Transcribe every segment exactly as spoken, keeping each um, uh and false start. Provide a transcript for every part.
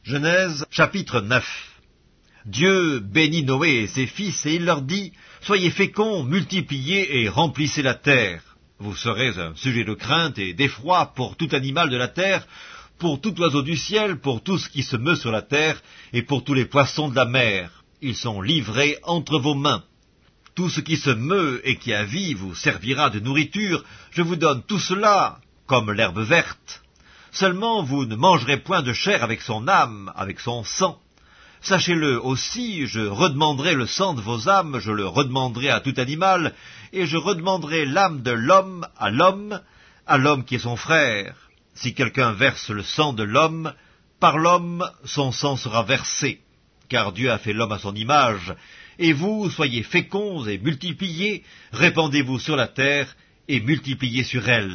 Genèse chapitre neuf. Dieu bénit Noé et ses fils, et il leur dit, « Soyez féconds, multipliez et remplissez la terre. Vous serez un sujet de crainte et d'effroi pour tout animal de la terre, pour tout oiseau du ciel, pour tout ce qui se meut sur la terre, et pour tous les poissons de la mer. Ils sont livrés entre vos mains. Tout ce qui se meut et qui a vie vous servira de nourriture. Je vous donne tout cela comme l'herbe verte. Seulement vous ne mangerez point de chair avec son âme, avec son sang. Sachez-le aussi, je redemanderai le sang de vos âmes, je le redemanderai à tout animal, et je redemanderai l'âme de l'homme à l'homme, à l'homme qui est son frère. Si quelqu'un verse le sang de l'homme, par l'homme son sang sera versé, car Dieu a fait l'homme à son image. Et vous, soyez féconds et multipliez, répandez-vous sur la terre et multipliez sur elle. »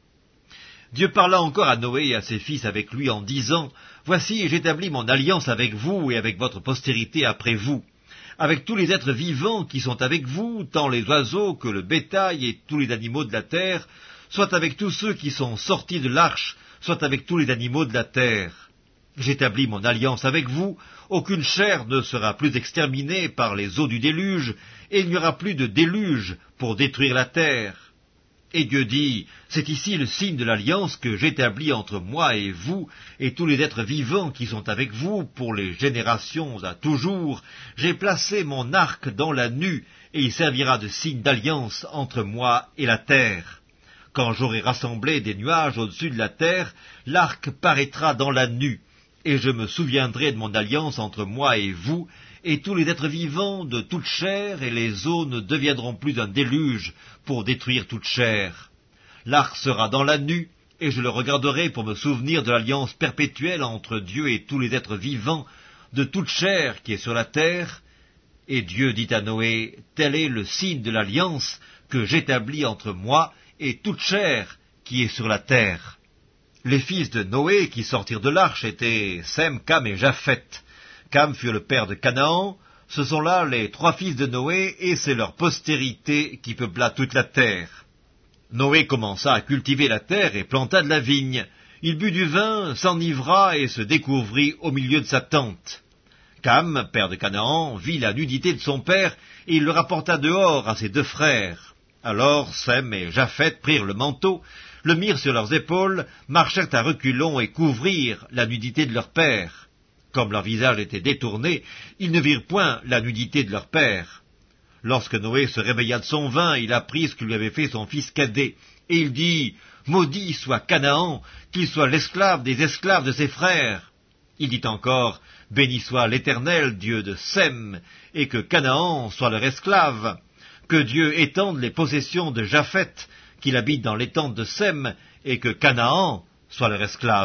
Dieu parla encore à Noé et à ses fils avec lui en disant, « Voici, j'établis mon alliance avec vous et avec votre postérité après vous, avec tous les êtres vivants qui sont avec vous, tant les oiseaux que le bétail et tous les animaux de la terre, soit avec tous ceux qui sont sortis de l'arche, soit avec tous les animaux de la terre. J'établis mon alliance avec vous, aucune chair ne sera plus exterminée par les eaux du déluge, et il n'y aura plus de déluge pour détruire la terre. » Et Dieu dit, « C'est ici le signe de l'alliance que j'établis entre moi et vous, et tous les êtres vivants qui sont avec vous, pour les générations à toujours. J'ai placé mon arc dans la nue, et il servira de signe d'alliance entre moi et la terre. Quand j'aurai rassemblé des nuages au-dessus de la terre, l'arc paraîtra dans la nue, et je me souviendrai de mon alliance entre moi et vous, et tous les êtres vivants de toute chair, et les eaux ne deviendront plus un déluge pour détruire toute chair. L'arc sera dans la nue, et je le regarderai pour me souvenir de l'alliance perpétuelle entre Dieu et tous les êtres vivants de toute chair qui est sur la terre. » Et Dieu dit à Noé, « Tel est le signe de l'alliance que j'établis entre moi et toute chair qui est sur la terre. » Les fils de Noé qui sortirent de l'arche étaient Sem, Cam et Japheth. Cam fut le père de Canaan. Ce sont là les trois fils de Noé, et c'est leur postérité qui peupla toute la terre. Noé commença à cultiver la terre et planta de la vigne. Il but du vin, s'enivra et se découvrit au milieu de sa tente. Cam, père de Canaan, vit la nudité de son père, et il le rapporta dehors à ses deux frères. Alors Sem et Japheth prirent le manteau, le mirent sur leurs épaules, marchèrent à reculons et couvrirent la nudité de leur père. Comme leur visage était détourné, ils ne virent point la nudité de leur père. Lorsque Noé se réveilla de son vin, il apprit ce que lui avait fait son fils cadet, et il dit, « Maudit soit Canaan, qu'il soit l'esclave des esclaves de ses frères. » Il dit encore, « Béni soit l'Éternel, Dieu de Sem, et que Canaan soit leur esclave. Que Dieu étende les possessions de Japheth, qu'il habite dans les tentes de Sem, et que Canaan soit leur esclave. »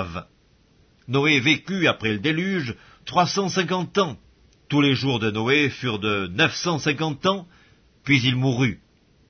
Noé vécut après le déluge trois cent cinquante ans. Tous les jours de Noé furent de neuf cent cinquante ans, puis il mourut.